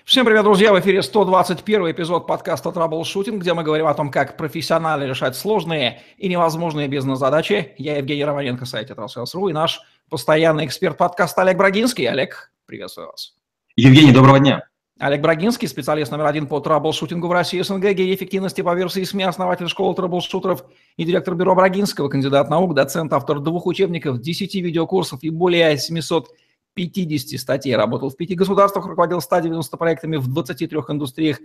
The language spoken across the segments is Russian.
Всем привет, друзья! В эфире 121 эпизод подкаста «Траблшутинг», где мы говорим о том, как профессионально решать сложные и невозможные бизнес-задачи. Я Евгений Романенко, сайт «Траблшутинг.ру» и наш постоянный эксперт подкаста Олег Брагинский. Олег, приветствую вас. Евгений, доброго дня. Олег Брагинский, специалист номер 1 по траблшутингу в России, СНГ, гений эффективности по версии СМИ, основатель школы траблшутеров и директор бюро Брагинского, кандидат наук, доцент, автор 2 учебников, 10 видеокурсов и более 750 статей. Работал в 5 государствах, руководил 190 проектами в 23 индустриях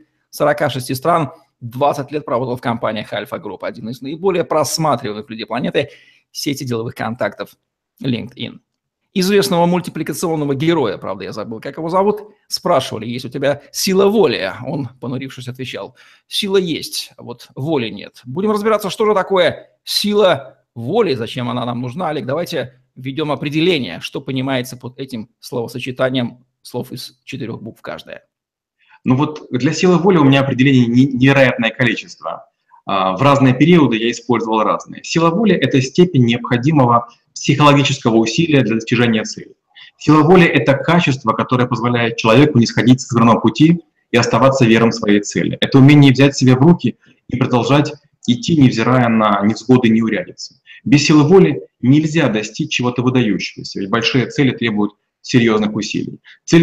46 стран. 20 лет работал в компаниях Альфа Групп, один из наиболее просматриваемых людей планеты, сети деловых контактов LinkedIn. Известного мультипликационного героя, правда, я забыл, как его зовут, спрашивали, есть у тебя сила воли? Он, понурившись, отвечал, сила есть, а вот воли нет. Будем разбираться, что же такое сила воли, зачем она нам нужна. Олег, давайте введем определение, что понимается под этим словосочетанием слов из 4 букв каждая. Ну вот для силы воли у меня определений невероятное количество. В разные периоды я использовал разные. Сила воли – это степень необходимого психологического усилия для достижения цели. Сила воли – это качество, которое позволяет человеку не сходить с избранного пути и оставаться верным своей цели. Это умение взять себя в руки и продолжать идти, невзирая на невзгоды и неурядицы. Без силы воли нельзя достичь чего-то выдающегося, ведь большие цели требуют серьезных усилий.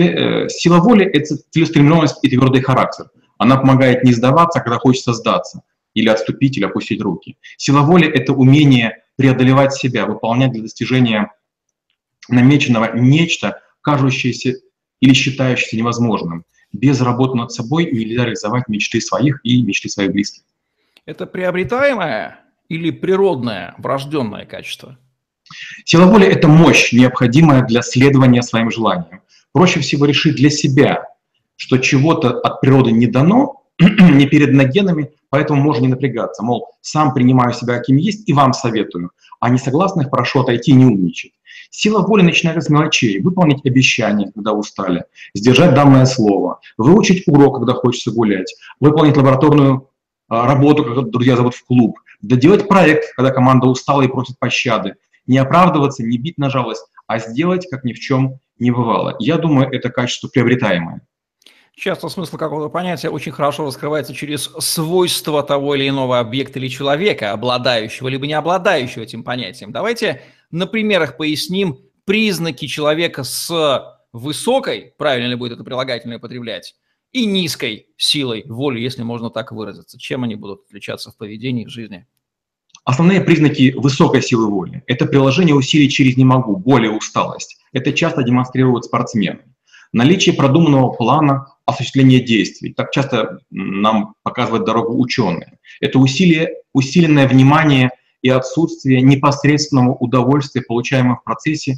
Сила воли – это целеустремленность и твердый характер. Она помогает не сдаваться, когда хочется сдаться, или отступить, или опустить руки. Сила воли – это умение преодолевать себя, выполнять для достижения намеченного нечто, кажущееся или считающееся невозможным. Без работы над собой нельзя реализовать мечты своих и мечты своих близких. Это приобретаемое или природное, врожденное качество? Сила воли – это мощь, необходимая для следования своим желаниям. Проще всего решить для себя, что чего-то от природы не дано, не передано генами, поэтому можно не напрягаться. Мол, сам принимаю себя, каким есть, и вам советую. А несогласных прошу отойти и не умничать. Сила воли начинается с мелочей. Выполнить обещание, когда устали, сдержать данное слово, выучить урок, когда хочется гулять, выполнить лабораторную работу, когда друзья зовут в клуб, доделать проект, когда команда устала и просит пощады, не оправдываться, не бить на жалость, а сделать, как ни в чем не бывало. Я думаю, это качество приобретаемое. Часто смысл какого-то понятия очень хорошо раскрывается через свойства того или иного объекта или человека, обладающего либо не обладающего этим понятием. Давайте на примерах поясним признаки человека с высокой, правильно ли будет это прилагательное употреблять, и низкой силой воли, если можно так выразиться. Чем они будут отличаться в поведении, в жизни? Основные признаки высокой силы воли – это приложение усилий через «не могу», боль и усталость. Это часто демонстрируют спортсмены. Наличие продуманного плана осуществления действий. Так часто нам показывают дорогу ученые. Это усиленное внимание и отсутствие непосредственного удовольствия, получаемого в процессе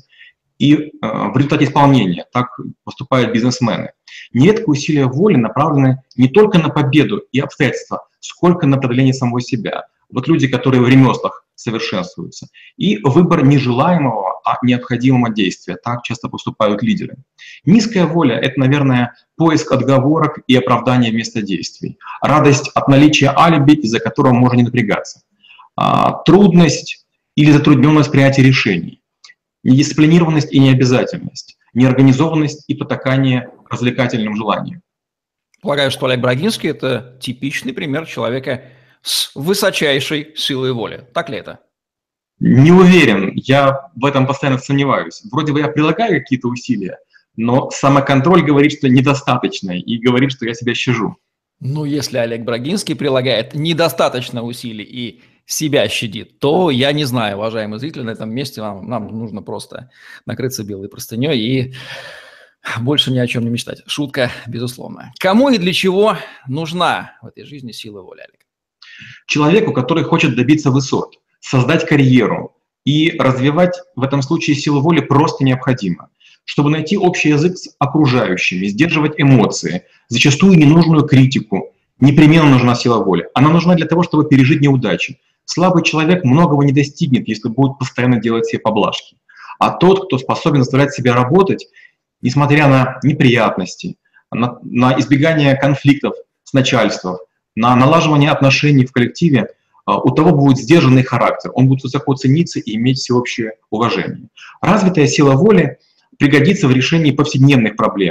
и в результате исполнения. Так поступают бизнесмены. Нередко усилия воли направлены не только на победу и обстоятельства, сколько на преодоление самого себя. Вот люди, которые в ремеслах совершенствуются. И выбор не желаемого, а необходимого действия. Так часто поступают лидеры. Низкая воля – это, наверное, поиск отговорок и оправдания вместо действий. Радость от наличия алиби, из-за которого можно не напрягаться. Трудность или затрудненность принятия решений. Недисциплинированность и необязательность. Неорганизованность и потакание развлекательным желаниям. Полагаю, что Олег Брагинский – это типичный пример человека с высочайшей силой воли. Так ли это? Не уверен, я в этом постоянно сомневаюсь. Вроде бы я прилагаю какие-то усилия, но самоконтроль говорит, что недостаточно, и говорит, что я себя щажу. Ну, если Олег Брагинский прилагает недостаточно усилий и себя щадит, то я не знаю, уважаемые зрители, на этом месте нам нужно просто накрыться белой простыней и больше ни о чем не мечтать. Шутка, безусловно. Кому и для чего нужна в этой жизни сила воли, Олег? Человеку, который хочет добиться высот, создать карьеру и развивать в этом случае силу воли просто необходимо. Чтобы найти общий язык с окружающими, сдерживать эмоции, зачастую ненужную критику, непременно нужна сила воли. Она нужна для того, чтобы пережить неудачи. Слабый человек многого не достигнет, если будет постоянно делать себе поблажки. А тот, кто способен заставлять себя работать, несмотря на неприятности, на избегание конфликтов с начальством, на налаживание отношений в коллективе, у того будет сдержанный характер, он будет высоко цениться и иметь всеобщее уважение. Развитая сила воли пригодится в решении повседневных проблем,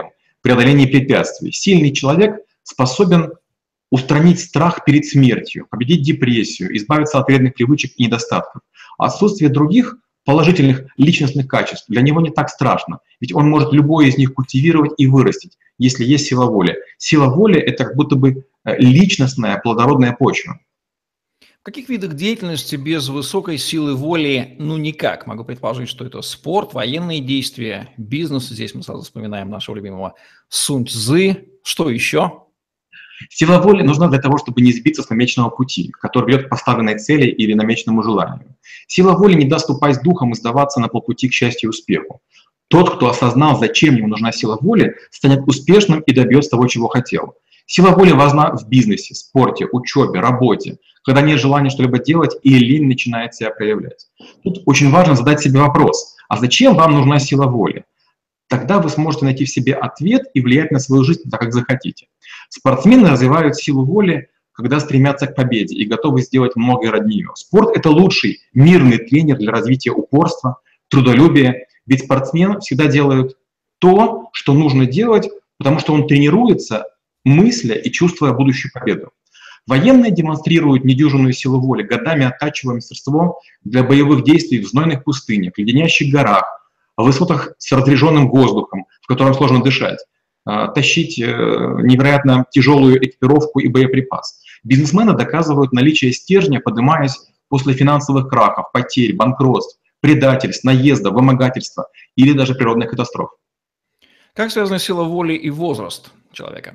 преодолении препятствий. Сильный человек способен устранить страх перед смертью, победить депрессию, избавиться от вредных привычек и недостатков. А отсутствие других положительных личностных качеств для него не так страшно, ведь он может любое из них культивировать и вырастить, если есть сила воли. Сила воли — это как будто бы личностная плодородная почва. В каких видах деятельности без высокой силы воли, ну никак? Могу предположить, что это спорт, военные действия, бизнес. Здесь мы сразу вспоминаем нашего любимого Сунь Цзы. Что еще? Сила воли нужна для того, чтобы не сбиться с намеченного пути, который ведет к поставленной цели или намеченному желанию. Сила воли не даст упасть духом и сдаваться на полпути к счастью и успеху. Тот, кто осознал, зачем ему нужна сила воли, станет успешным и добьется того, чего хотел. Сила воли важна в бизнесе, спорте, учебе, работе, когда нет желания что-либо делать и лень начинает себя проявлять. Тут очень важно задать себе вопрос: а зачем вам нужна сила воли? Тогда вы сможете найти в себе ответ и влиять на свою жизнь так, как захотите. Спортсмены развивают силу воли, когда стремятся к победе и готовы сделать многое ради нее. Спорт — это лучший мирный тренер для развития упорства, трудолюбия, ведь спортсмен всегда делает то, что нужно делать, потому что он тренируется, мысля и чувствуя будущую победу. Военные демонстрируют недюжинную силу воли, годами оттачивая мастерство для боевых действий в знойных пустынях, леденящих горах, в высотах с разряженным воздухом, в котором сложно дышать, тащить невероятно тяжелую экипировку и боеприпас. Бизнесмены доказывают наличие стержня, поднимаясь после финансовых крахов, потерь, банкротств, предательств, наезда, вымогательства или даже природных катастроф. Как связана сила воли и возраст человека?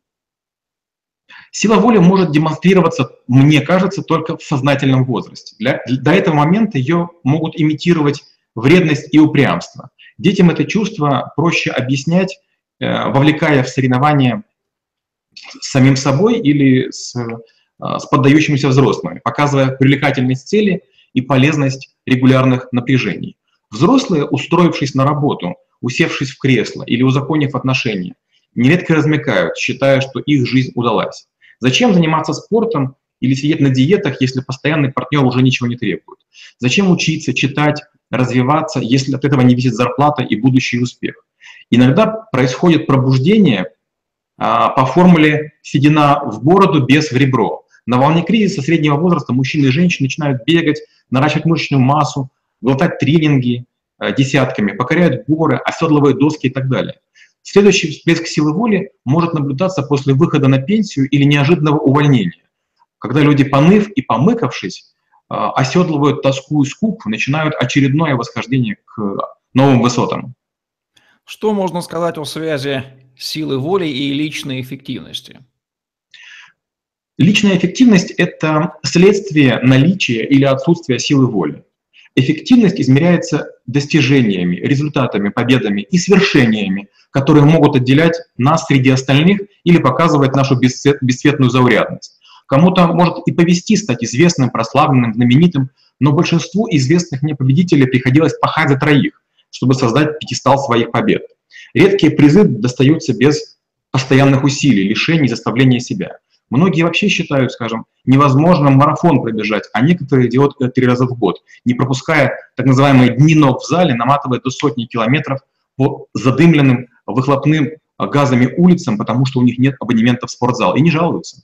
Сила воли может демонстрироваться, мне кажется, только в сознательном возрасте. До этого момента ее могут имитировать вредность и упрямство. Детям это чувство проще объяснять, вовлекая в соревнования с самим собой или с поддающимися взрослыми, показывая привлекательность цели и полезность регулярных напряжений. Взрослые, устроившись на работу, усевшись в кресло или узаконив отношения, нередко размякают, считая, что их жизнь удалась. Зачем заниматься спортом или сидеть на диетах, если постоянный партнер уже ничего не требует? Зачем учиться, читать, развиваться, если от этого не висит зарплата и будущий успех? Иногда происходит пробуждение по формуле «седина в бороду, бес в ребро». На волне кризиса среднего возраста мужчины и женщины начинают бегать, наращивать мышечную массу, глотать тренинги десятками, покоряют горы, оседлывают доски и так далее. Следующий всплеск силы воли может наблюдаться после выхода на пенсию или неожиданного увольнения, когда люди, поныв и помыкавшись, оседлывают тоску и скуку, начинают очередное восхождение к новым высотам. Что можно сказать о связи силы воли и личной эффективности? Личная эффективность — это следствие наличия или отсутствия силы воли. Эффективность измеряется достижениями, результатами, победами и свершениями, которые могут отделять нас среди остальных или показывать нашу бесцветную заурядность. Кому-то может и повезти стать известным, прославленным, знаменитым, но большинству известных мне победителей приходилось пахать за троих, чтобы создать пьедестал своих побед. Редкие призы достаются без постоянных усилий, лишений, заставления себя. Многие вообще считают, скажем, невозможным марафон пробежать, а некоторые делают это 3 раза в год, не пропуская так называемые дни ног в зале, наматывая до сотни километров по задымленным выхлопным газами улицам, потому что у них нет абонемента в спортзал, и не жалуются.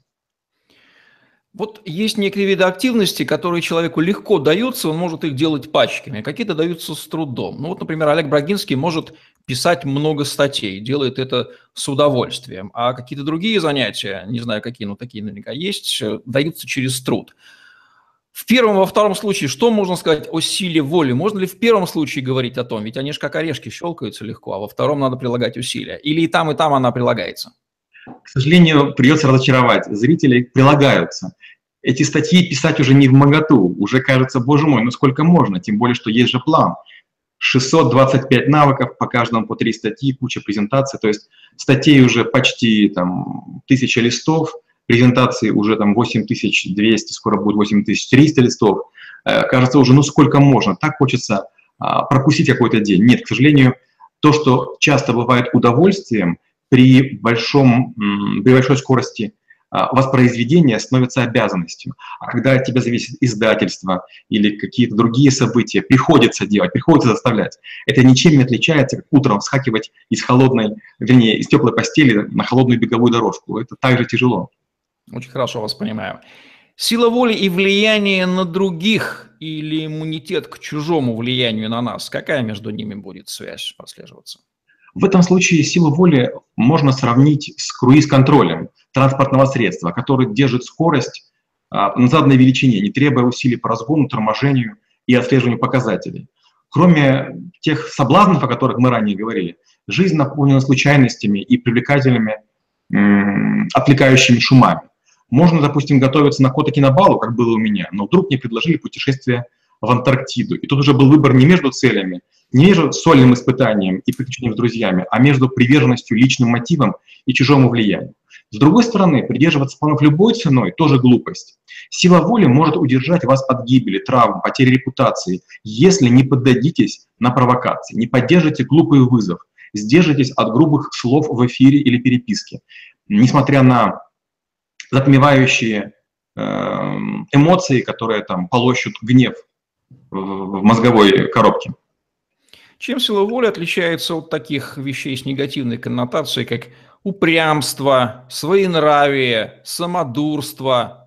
Вот есть некие виды активности, которые человеку легко даются, он может их делать пачками, а какие-то даются с трудом. Ну вот, например, Олег Брагинский может писать много статей, делает это с удовольствием, а какие-то другие занятия, не знаю какие, но такие наверняка есть, даются через труд. В первом и во втором случае что можно сказать о силе воли? Можно ли в первом случае говорить о том, ведь они же как орешки щелкаются легко, а во втором надо прилагать усилия? Или и там она прилагается? К сожалению, придется разочаровать. Зрители прилагаются. Эти статьи писать уже не вмоготу. Уже кажется, боже мой, ну сколько можно? Тем более, что есть же план. 625 навыков, по каждому по 3 статьи, куча презентаций. То есть статей уже почти 1000 листов, презентации уже 8200, скоро будет 8300 листов. Кажется уже, ну сколько можно? Так хочется пропустить какой-то день. Нет, к сожалению, то, что часто бывает удовольствием, при большой скорости воспроизведение становится обязанностью. А когда от тебя зависит издательство или какие-то другие события, приходится делать, приходится заставлять. Это ничем не отличается, как утром вскакивать из теплой постели на холодную беговую дорожку. Это также тяжело. Очень хорошо вас понимаю. Сила воли и влияние на других или иммунитет к чужому влиянию на нас, какая между ними будет связь прослеживаться? В этом случае силу воли можно сравнить с круиз-контролем транспортного средства, который держит скорость на заданной величине, не требуя усилий по разгону, торможению и отслеживанию показателей. Кроме тех соблазнов, о которых мы ранее говорили, жизнь наполнена случайностями и привлекательными отвлекающими шумами. Можно, допустим, готовиться на Кота-Кинабалу, как было у меня, но вдруг мне предложили путешествие в Антарктиду. И тут уже был выбор не между целями, не между сольным испытанием и приключением с друзьями, а между приверженностью личным мотивам и чужому влиянию. С другой стороны, придерживаться планов любой ценой тоже глупость. Сила воли может удержать вас от гибели, травм, потери репутации, если не поддадитесь на провокации, не поддержите глупый вызов, сдержитесь от грубых слов в эфире или переписке. Несмотря на затмевающие эмоции, которые там полощут гнев в мозговой коробке. Чем сила воли отличается от таких вещей с негативной коннотацией, как упрямство, своенравие, самодурство?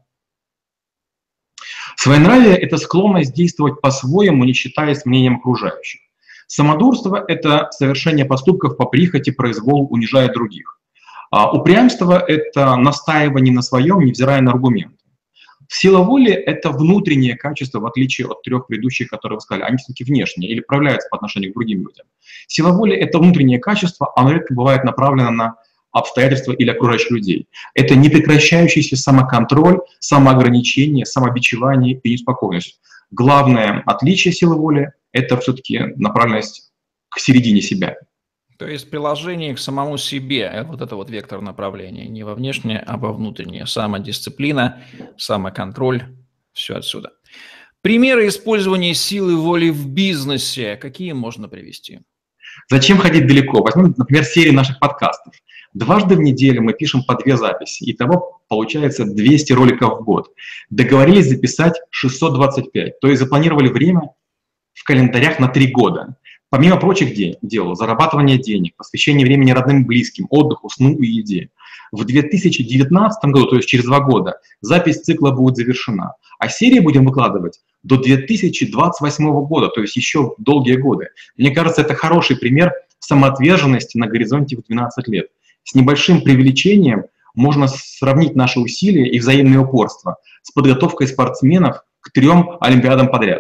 Своенравие – это склонность действовать по-своему, не считаясь мнением окружающих. Самодурство – это совершение поступков по прихоти, произволу, унижая других. А упрямство – это настаивание на своем, невзирая на аргументы. Сила воли – это внутреннее качество, в отличие от трех предыдущих, которые вы сказали. Они все-таки внешние или проявляются по отношению к другим людям. Сила воли – это внутреннее качество, оно редко бывает направлено на обстоятельства или окружающих людей. Это непрекращающийся самоконтроль, самоограничение, самобичевание и неспокойность. Главное отличие силы воли – это все-таки направленность к середине себя. То есть приложение к самому себе, вот это вот вектор направления, не во внешнее, а во внутреннее. Самодисциплина, самоконтроль, все отсюда. Примеры использования силы воли в бизнесе, какие можно привести? Зачем ходить далеко? Возьмем, например, серию наших подкастов. Дважды в неделю мы пишем по 2 записи, итого получается 200 роликов в год. Договорились записать 625, то есть запланировали время в календарях на 3 года. Помимо прочих дел, зарабатывание денег, посвящение времени родным и близким, отдыху, сну и еде. В 2019 году, то есть через 2 года, запись цикла будет завершена. А серии будем выкладывать до 2028 года, то есть еще долгие годы. Мне кажется, это хороший пример самоотверженности на горизонте в 12 лет. С небольшим преувеличением можно сравнить наши усилия и взаимное упорство с подготовкой спортсменов к 3 Олимпиадам подряд.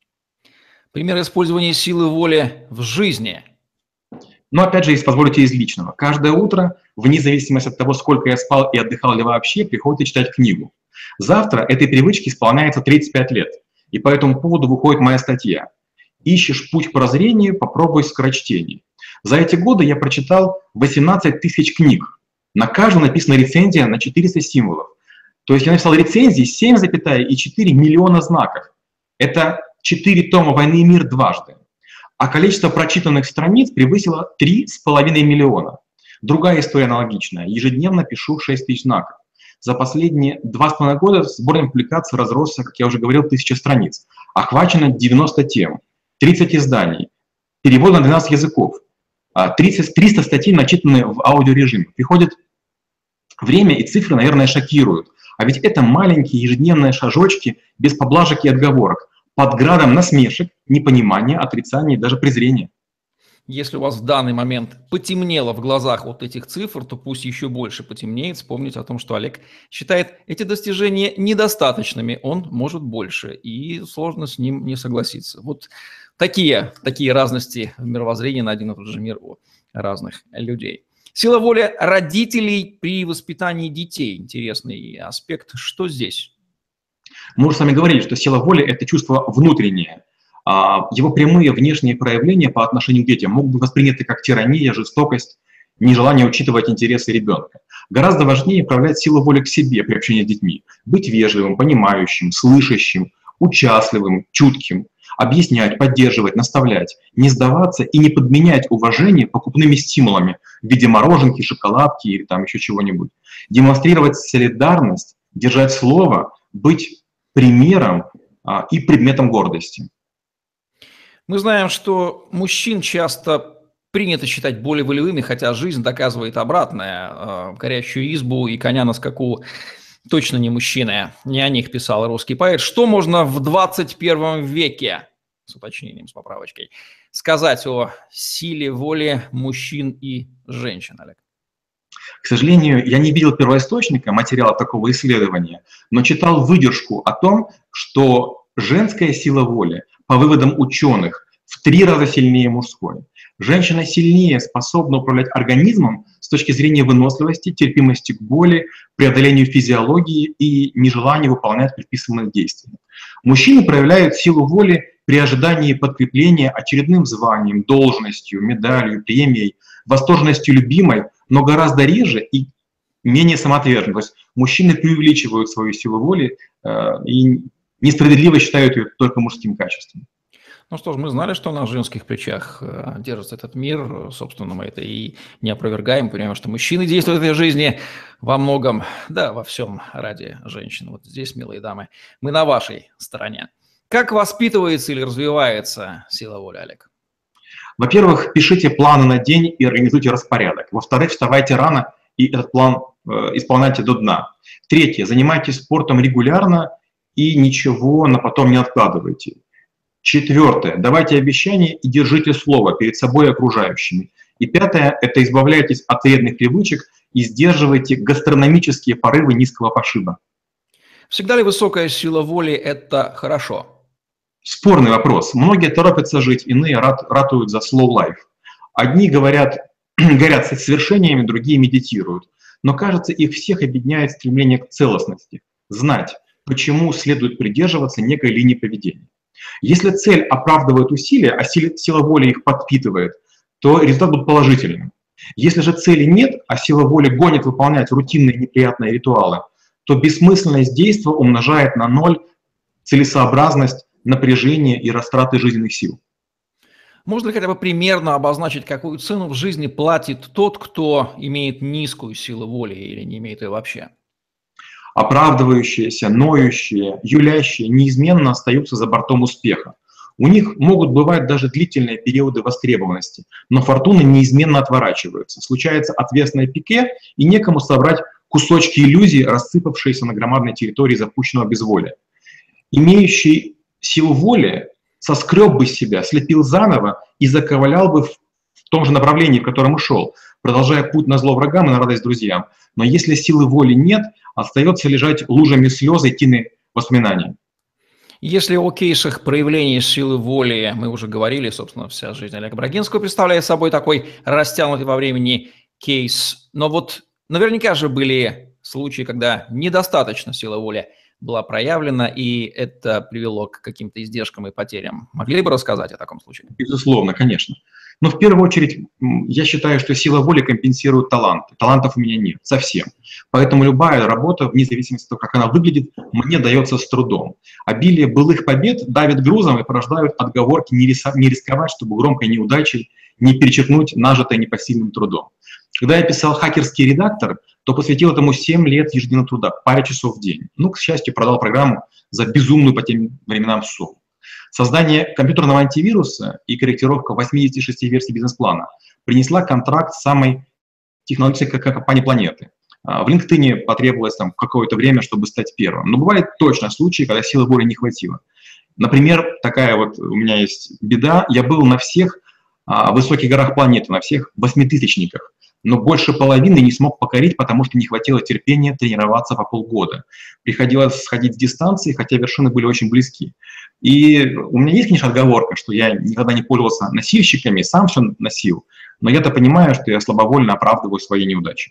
Пример использования силы воли в жизни. Но опять же, если позволите, из личного. Каждое утро, вне зависимости от того, сколько я спал и отдыхал ли вообще, приходится читать книгу. Завтра этой привычке исполняется 35 лет. И по этому поводу выходит моя статья. «Ищешь путь к прозрению, попробуй скорочтение». За эти годы я прочитал 18 тысяч книг. На каждую написана рецензия на 400 символов. То есть я написал рецензии 7,4 миллиона знаков. Это 4 тома «Войны и мир» дважды. А количество прочитанных страниц превысило 3,5 миллиона. Другая история аналогичная. Ежедневно пишу 6 тысяч знаков. За последние 2,5 года сборник публикаций разросся, как я уже говорил, 1000 страниц. Охвачено 90 тем, 30 изданий, перевод на 12 языков, 300 статей начитаны в аудиорежиме. Приходит время, и цифры, наверное, шокируют. А ведь это маленькие ежедневные шажочки без поблажек и отговорок, под градом насмешек, непонимания, отрицания и даже презрения. Если у вас в данный момент потемнело в глазах вот этих цифр, то пусть еще больше потемнеет. Вспомните о том, что Олег считает эти достижения недостаточными, он может больше, и сложно с ним не согласиться. Вот такие разности в мировоззрении на один и тот же мир у разных людей. Сила воли родителей при воспитании детей. Интересный аспект. Что здесь? Мы уже с вами говорили, что сила воли – это чувство внутреннее. Его прямые внешние проявления по отношению к детям могут быть восприняты как тирания, жестокость, нежелание учитывать интересы ребенка. Гораздо важнее проявлять силу воли к себе при общении с детьми. Быть вежливым, понимающим, слышащим, участливым, чутким. Объяснять, поддерживать, наставлять, не сдаваться и не подменять уважение покупными стимулами в виде мороженки, шоколадки или там еще чего-нибудь. Демонстрировать солидарность, держать слово, быть примером и предметом гордости. Мы знаем, что мужчин часто принято считать более волевыми, хотя жизнь доказывает обратное. Горящую избу и коня на скаку точно не мужчины. Не о них писал русский поэт. Что можно в 21 веке, с уточнением, с поправочкой, сказать о силе воли мужчин и женщин, Олег? К сожалению, я не видел первоисточника материала такого исследования, но читал выдержку о том, что женская сила воли, по выводам ученых, в 3 раза сильнее мужской. Женщина сильнее способна управлять организмом с точки зрения выносливости, терпимости к боли, преодолению физиологии и нежелания выполнять предписанные действия. Мужчины проявляют силу воли при ожидании подкрепления очередным званием, должностью, медалью, премией, восторженностью любимой, но гораздо реже и менее самоотверженно. То есть мужчины преувеличивают свою силу воли и несправедливо считают ее только мужским качеством. Ну что ж, мы знали, что на женских плечах держится этот мир, собственно, мы это и не опровергаем, понимаем, что мужчины действуют в этой жизни во многом, да, во всем ради женщин. Вот здесь, милые дамы, мы на вашей стороне. Как воспитывается или развивается сила воли, Олег? Во-первых, пишите планы на день и организуйте распорядок. Во-вторых, вставайте рано и этот план исполняйте до дна. В-третьих, занимайтесь спортом регулярно и ничего на потом не откладывайте. Четвертое, давайте обещания и держите слово перед собой и окружающими. И пятое, это избавляйтесь от вредных привычек и сдерживайте гастрономические порывы низкого пошиба. Всегда ли высокая сила воли – это хорошо? Спорный вопрос. Многие торопятся жить, иные ратуют за slow life. Одни горят свершениями, другие медитируют. Но, кажется, их всех объединяет стремление к целостности. Знать, почему следует придерживаться некой линии поведения. Если цель оправдывает усилия, а сила воли их подпитывает, то результат будет положительным. Если же цели нет, а сила воли гонит выполнять рутинные неприятные ритуалы, то бессмысленность действия умножает на 0 целесообразность, напряжение и растраты жизненных сил. Можно ли хотя бы примерно обозначить, какую цену в жизни платит тот, кто имеет низкую силу воли или не имеет ее вообще? Оправдывающиеся, ноющие, юлящие неизменно остаются за бортом успеха. У них могут бывать даже длительные периоды востребованности, но фортуны неизменно отворачиваются. Случается ответственное пике, и некому собрать кусочки иллюзий, рассыпавшиеся на громадной территории запущенного безволия. Имеющий силу воли соскреб бы себя, слепил заново и заковылял бы в том же направлении, в котором и шел, продолжая путь на зло врагам и на радость друзьям. Но если силы воли нет, остается лежать лужами слез и тины воспоминаний. Если о кейсах проявления силы воли мы уже говорили, собственно, вся жизнь Олега Брагинского представляет собой такой растянутый во времени кейс. Но вот наверняка же были случаи, когда недостаточно силы воли была проявлена, и это привело к каким-то издержкам и потерям. Могли бы рассказать о таком случае? Безусловно, конечно. Но в первую очередь я считаю, что сила воли компенсирует таланты. Талантов у меня нет совсем. Поэтому любая работа, вне зависимости от того, как она выглядит, мне дается с трудом. Обилие былых побед давит грузом и порождают отговорки не рисковать, чтобы громкой неудачей не перечеркнуть нажитое непосильным трудом. Когда я писал «Хакерский редактор», то посвятил этому 7 лет ежедневного труда, паре часов в день. Ну, к счастью, продал программу за безумную по тем временам сумму. Создание компьютерного антивируса и корректировка 86 версий бизнес-плана принесла контракт с самой технологической компанией планеты. В LinkedIn потребовалось там какое-то время, чтобы стать первым. Но бывают точно случаи, когда силы воли не хватило. Например, такая вот у меня есть беда. Я был на всех высоких горах планеты, на всех 8000-никах. Но больше половины не смог покорить, потому что не хватило терпения тренироваться по полгода. Приходилось сходить с дистанции, хотя вершины были очень близки. И у меня есть, конечно, отговорка, что я никогда не пользовался носильщиками, сам все носил, но я-то понимаю, что я слабовольно оправдываю свои неудачи.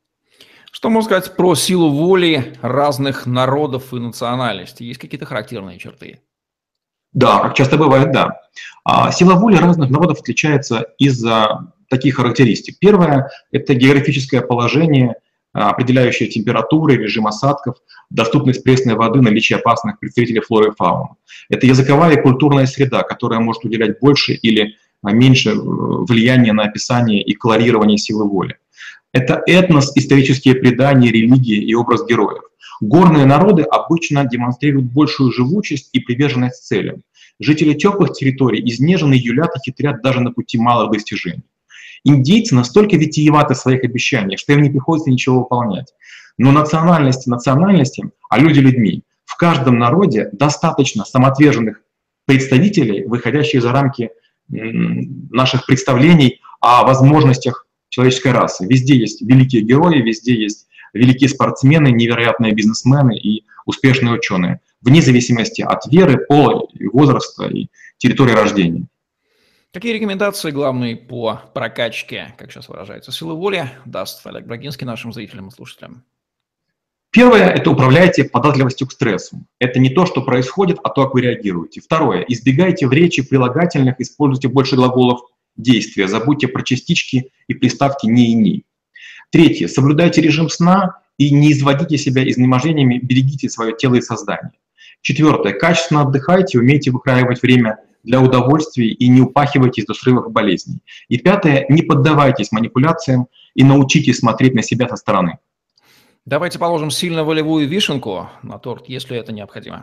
Что можно сказать про силу воли разных народов и национальностей? Есть какие-то характерные черты? Да, как часто бывает, да. Сила воли разных народов отличается из-за таких характеристик. Первое – это географическое положение, определяющее температуры, режим осадков. доступность пресной воды, наличие опасных представителей флоры и фауны. Это языковая и культурная среда, которая может уделять больше или меньше влияния на описание и колорирование силы воли. Это этнос, исторические предания, религии и образ героев. Горные народы обычно демонстрируют большую живучесть и приверженность целям. Жители теплых территорий изнежены, юлят и хитрят даже на пути малых достижений. Индейцы настолько витиеваты в своих обещаниях, что им не приходится ничего выполнять. Но национальности, а люди людьми. В каждом народе достаточно самоотверженных представителей, выходящих за рамки наших представлений о возможностях человеческой расы. Везде есть великие герои, везде есть великие спортсмены, невероятные бизнесмены и успешные ученые, вне зависимости от веры, пола, возраста и территории рождения. Какие рекомендации главные по прокачке, как сейчас выражается, силы воли, даст Олег Брагинский нашим зрителям и слушателям? Первое – это управляйте податливостью к стрессу. Это не то, что происходит, а то, как вы реагируете. Второе – избегайте в речи прилагательных, используйте больше глаголов действия, забудьте про частички и приставки «не» и «ни». Третье – соблюдайте режим сна и не изводите себя изнеможениями, берегите свое тело и сознание. Четвертое – качественно отдыхайте, умейте выкраивать время для удовольствий и не упахивайтесь до срывов и болезней. И пятое – не поддавайтесь манипуляциям и научитесь смотреть на себя со стороны. Давайте положим сильно волевую вишенку на торт, если это необходимо.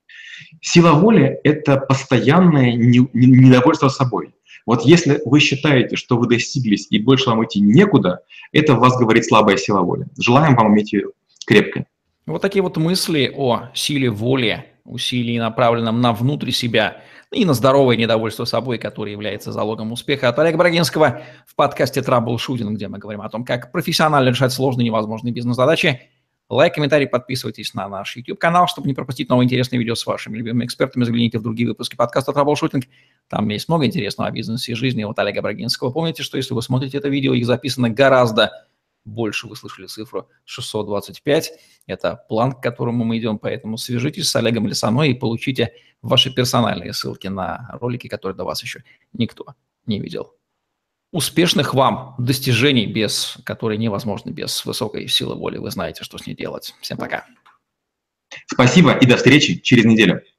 Сила воли – это постоянное недовольство собой. Вот если вы считаете, что вы достиглись и больше вам идти некуда, это в вас говорит слабая сила воли. Желаем вам иметь ее крепкой. Вот такие вот мысли о силе воли, усилии, направленном на внутрь себя и на здоровое недовольство собой, которое является залогом успеха, от Олега Брагинского в подкасте «Траблшутинг», где мы говорим о том, как профессионально решать сложные невозможные бизнес-задачи. Лайк, комментарий, подписывайтесь на наш YouTube-канал, чтобы не пропустить новые интересные видео с вашими любимыми экспертами. Загляните в другие выпуски подкаста «Траблшутинг». Там есть много интересного о бизнесе и жизни от Олега Брагинского. Помните, что если вы смотрите это видео, их записано гораздо больше. Вы слышали цифру 625. Это план, к которому мы идем, поэтому свяжитесь с Олегом или со мной и получите ваши персональные ссылки на ролики, которые до вас еще никто не видел. Успешных вам достижений, которые невозможны без высокой силы воли. Вы знаете, что с ней делать. Всем пока. Спасибо и до встречи через неделю.